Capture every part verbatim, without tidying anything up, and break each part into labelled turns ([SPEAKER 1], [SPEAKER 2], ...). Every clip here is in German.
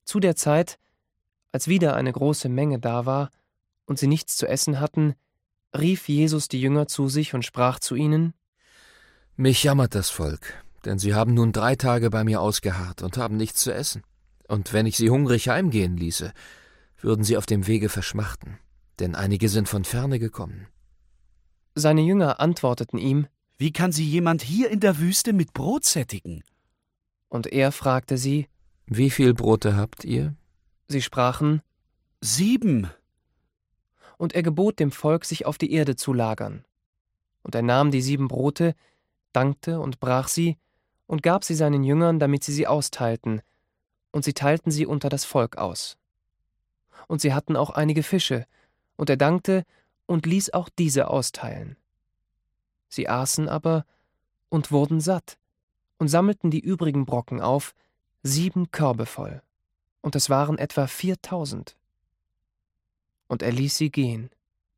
[SPEAKER 1] Zu der Zeit, als wieder eine große Menge da war und sie nichts zu essen hatten, rief Jesus die Jünger zu sich und sprach zu ihnen:
[SPEAKER 2] Mich jammert das Volk, denn sie haben nun drei Tage bei mir ausgeharrt und haben nichts zu essen. Und wenn ich sie hungrig heimgehen ließe, würden sie auf dem Wege verschmachten, denn einige sind von ferne gekommen.
[SPEAKER 1] Seine Jünger antworteten ihm:
[SPEAKER 3] Wie kann sie jemand hier in der Wüste mit Brot sättigen?
[SPEAKER 1] Und er fragte sie:
[SPEAKER 2] Wie viel Brote habt ihr?
[SPEAKER 1] Sie sprachen:
[SPEAKER 3] Sieben.
[SPEAKER 1] Und er gebot dem Volk, sich auf die Erde zu lagern. Und er nahm die sieben Brote, dankte und brach sie und gab sie seinen Jüngern, damit sie sie austeilten, und sie teilten sie unter das Volk aus. Und sie hatten auch einige Fische, und er dankte und ließ auch diese austeilen. Sie aßen aber und wurden satt und sammelten die übrigen Brocken auf, sieben Körbe voll, und es waren etwa viertausend. Und er ließ sie gehen.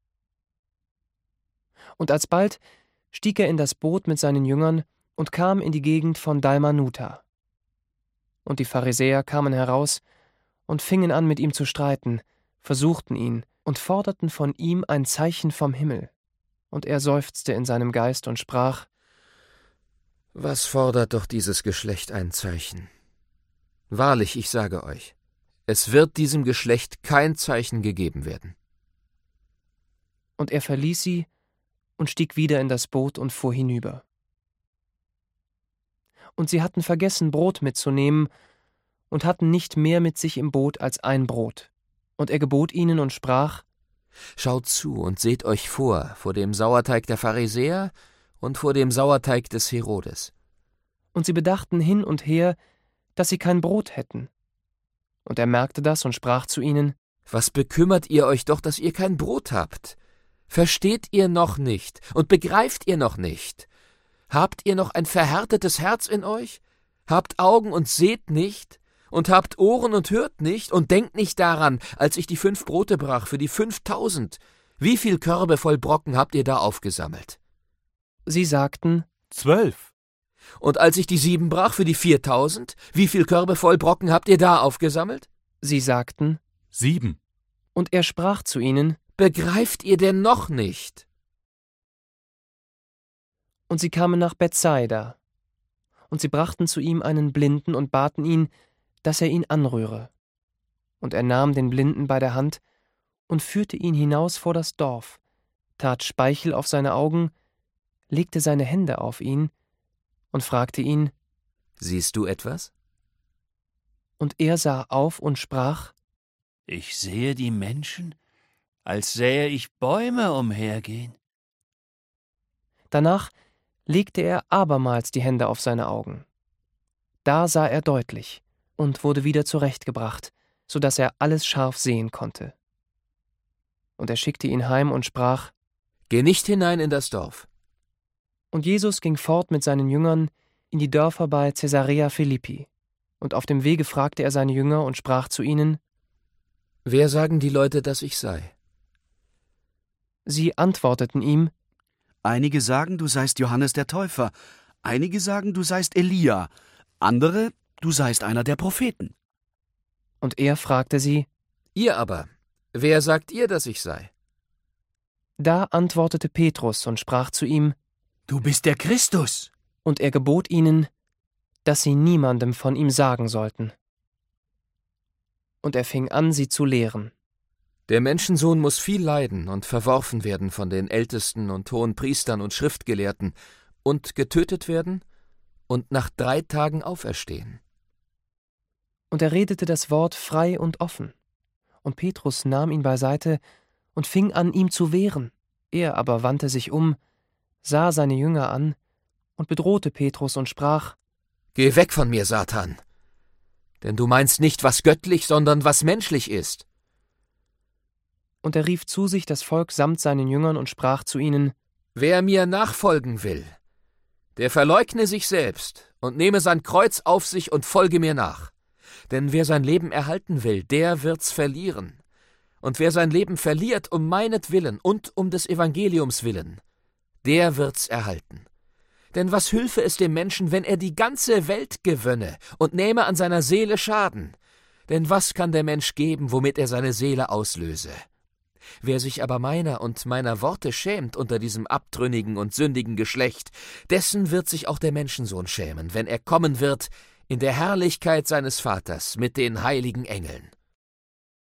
[SPEAKER 1] Und alsbald stieg er in das Boot mit seinen Jüngern und kam in die Gegend von Dalmanuta. Und die Pharisäer kamen heraus und fingen an, mit ihm zu streiten, versuchten ihn und forderten von ihm ein Zeichen vom Himmel. Und er seufzte in seinem Geist und sprach:
[SPEAKER 2] Was fordert doch dieses Geschlecht ein Zeichen? Wahrlich, ich sage euch, es wird diesem Geschlecht kein Zeichen gegeben werden.
[SPEAKER 1] Und er verließ sie und stieg wieder in das Boot und fuhr hinüber. Und sie hatten vergessen, Brot mitzunehmen, und hatten nicht mehr mit sich im Boot als ein Brot. Und er gebot ihnen und sprach:
[SPEAKER 2] Schaut zu und seht euch vor, vor dem Sauerteig der Pharisäer und vor dem Sauerteig des Herodes.
[SPEAKER 1] Und sie bedachten hin und her, dass sie kein Brot hätten. Und er merkte das und sprach zu ihnen:
[SPEAKER 2] Was bekümmert ihr euch doch, dass ihr kein Brot habt? Versteht ihr noch nicht und begreift ihr noch nicht? Habt ihr noch ein verhärtetes Herz in euch? Habt Augen und seht nicht? Und habt Ohren und hört nicht? Und denkt nicht daran, als ich die fünf Brote brach für die fünftausend. Wie viel Körbe voll Brocken habt ihr da aufgesammelt?
[SPEAKER 1] Sie sagten:
[SPEAKER 3] Zwölf.
[SPEAKER 2] Und als ich die sieben brach für die viertausend, wie viel Körbe voll Brocken habt ihr da aufgesammelt?
[SPEAKER 1] Sie sagten:
[SPEAKER 3] Sieben.
[SPEAKER 1] Und er sprach zu ihnen:
[SPEAKER 2] Begreift ihr denn noch nicht?
[SPEAKER 1] Und sie kamen nach Bethsaida. Und sie brachten zu ihm einen Blinden und baten ihn, dass er ihn anrühre. Und er nahm den Blinden bei der Hand und führte ihn hinaus vor das Dorf, tat Speichel auf seine Augen, legte seine Hände auf ihn und fragte ihn:
[SPEAKER 2] Siehst du etwas?
[SPEAKER 1] Und er sah auf und sprach:
[SPEAKER 4] Ich sehe die Menschen, als sähe ich Bäume umhergehen.
[SPEAKER 1] Danach legte er abermals die Hände auf seine Augen. Da sah er deutlich und wurde wieder zurechtgebracht, so dass er alles scharf sehen konnte. Und er schickte ihn heim und sprach:
[SPEAKER 2] Geh nicht hinein in das Dorf.
[SPEAKER 1] Und Jesus ging fort mit seinen Jüngern in die Dörfer bei Caesarea Philippi. Und auf dem Wege fragte er seine Jünger und sprach zu ihnen:
[SPEAKER 2] Wer sagen die Leute, dass ich sei?
[SPEAKER 1] Sie antworteten ihm:
[SPEAKER 3] Einige sagen, du seist Johannes der Täufer, einige sagen, du seist Elia, andere, du seist einer der Propheten.
[SPEAKER 1] Und er fragte sie:
[SPEAKER 2] Ihr aber, wer sagt ihr, dass ich sei?
[SPEAKER 1] Da antwortete Petrus und sprach zu ihm:
[SPEAKER 3] Du bist der Christus.
[SPEAKER 1] Und er gebot ihnen, dass sie niemandem von ihm sagen sollten. Und er fing an, sie zu lehren.
[SPEAKER 2] Der Menschensohn muss viel leiden und verworfen werden von den Ältesten und hohen Priestern und Schriftgelehrten und getötet werden und nach drei Tagen auferstehen.
[SPEAKER 1] Und er redete das Wort frei und offen. Und Petrus nahm ihn beiseite und fing an, ihm zu wehren. Er aber wandte sich um, sah seine Jünger an und bedrohte Petrus und sprach:
[SPEAKER 2] Geh weg von mir, Satan! Denn du meinst nicht, was göttlich, sondern was menschlich ist.
[SPEAKER 1] Und er rief zu sich das Volk samt seinen Jüngern und sprach zu ihnen:
[SPEAKER 2] Wer mir nachfolgen will, der verleugne sich selbst und nehme sein Kreuz auf sich und folge mir nach. Denn wer sein Leben erhalten will, der wird's verlieren. Und wer sein Leben verliert um meinetwillen und um des Evangeliums willen, der wird's erhalten. Denn was hülfe es dem Menschen, wenn er die ganze Welt gewönne und nähme an seiner Seele Schaden? Denn was kann der Mensch geben, womit er seine Seele auslöse? Wer sich aber meiner und meiner Worte schämt unter diesem abtrünnigen und sündigen Geschlecht, dessen wird sich auch der Menschensohn schämen, wenn er kommen wird in der Herrlichkeit seines Vaters mit den heiligen Engeln.